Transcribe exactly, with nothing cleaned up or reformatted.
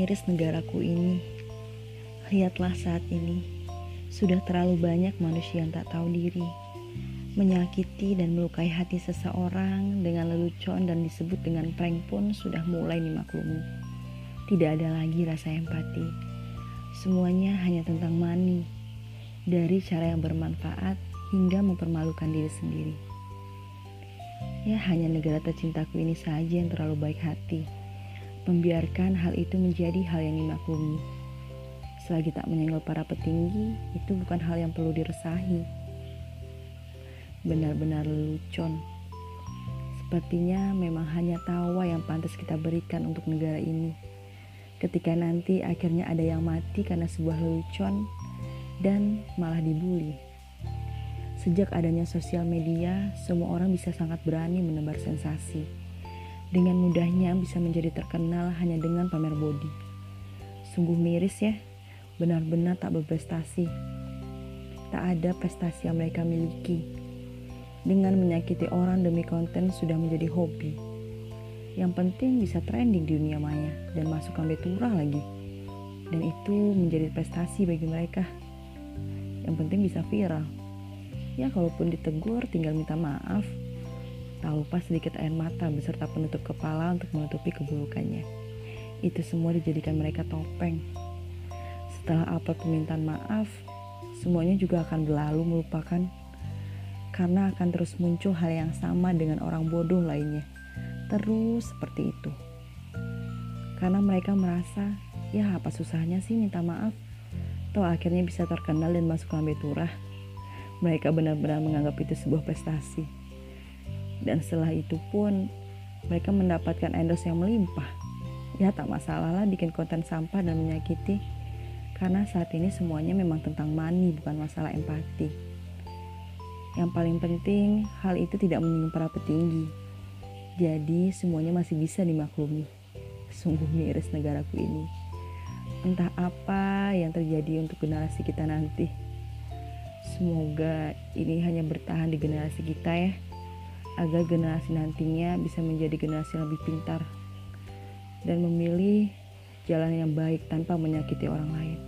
miris negaraku ini. Lihatlah saat ini, sudah terlalu banyak manusia yang tak tahu diri, menyakiti dan melukai hati seseorang dengan lelucon dan disebut dengan prank pun sudah mulai dimaklumi. Tidak ada lagi rasa empati. Semuanya hanya tentang money, dari cara yang bermanfaat hingga mempermalukan diri sendiri. Ya, hanya negara tercintaku ini saja yang terlalu baik hati, membiarkan hal itu menjadi hal yang dimaklumi. Selagi tak menyenggol para petinggi, itu bukan hal yang perlu diresahi. Benar-benar lelucon. Sepertinya memang hanya tawa yang pantas kita berikan untuk negara ini. Ketika nanti akhirnya ada yang mati karena sebuah lelucon dan malah dibully. Sejak adanya sosial media, semua orang bisa sangat berani menebar sensasi. Dengan mudahnya bisa menjadi terkenal hanya dengan pamer body. Sungguh miris ya, benar-benar tak berprestasi. Tak ada prestasi yang mereka miliki. Dengan menyakiti orang demi konten sudah menjadi hobi. Yang penting bisa trending di dunia maya dan masuk lambe turah lagi. Dan itu menjadi prestasi bagi mereka. Yang penting bisa viral. Ya, kalaupun ditegur tinggal minta maaf. Tak lupa sedikit air mata beserta penutup kepala untuk menutupi keburukannya. Itu semua dijadikan mereka topeng. Setelah upload permintaan maaf, semuanya juga akan berlalu melupakan, karena akan terus muncul hal yang sama dengan orang bodoh lainnya. Terus seperti itu. Karena mereka merasa, ya apa susahnya sih minta maaf? Toh akhirnya bisa terkenal dan masuk lambe turah. Mereka benar-benar menganggap itu sebuah prestasi. Dan setelah itu pun mereka mendapatkan endorse yang melimpah. Ya tak masalah lah bikin konten sampah dan menyakiti. Karena saat ini semuanya memang tentang money, bukan masalah empati. Yang paling penting hal itu tidak menyinggung para petinggi. Jadi semuanya masih bisa dimaklumi. Sungguh miris negaraku ini. Entah apa yang terjadi untuk generasi kita nanti. Semoga ini hanya bertahan di generasi kita ya, agar generasi nantinya bisa menjadi generasi yang lebih pintar dan memilih jalan yang baik tanpa menyakiti orang lain.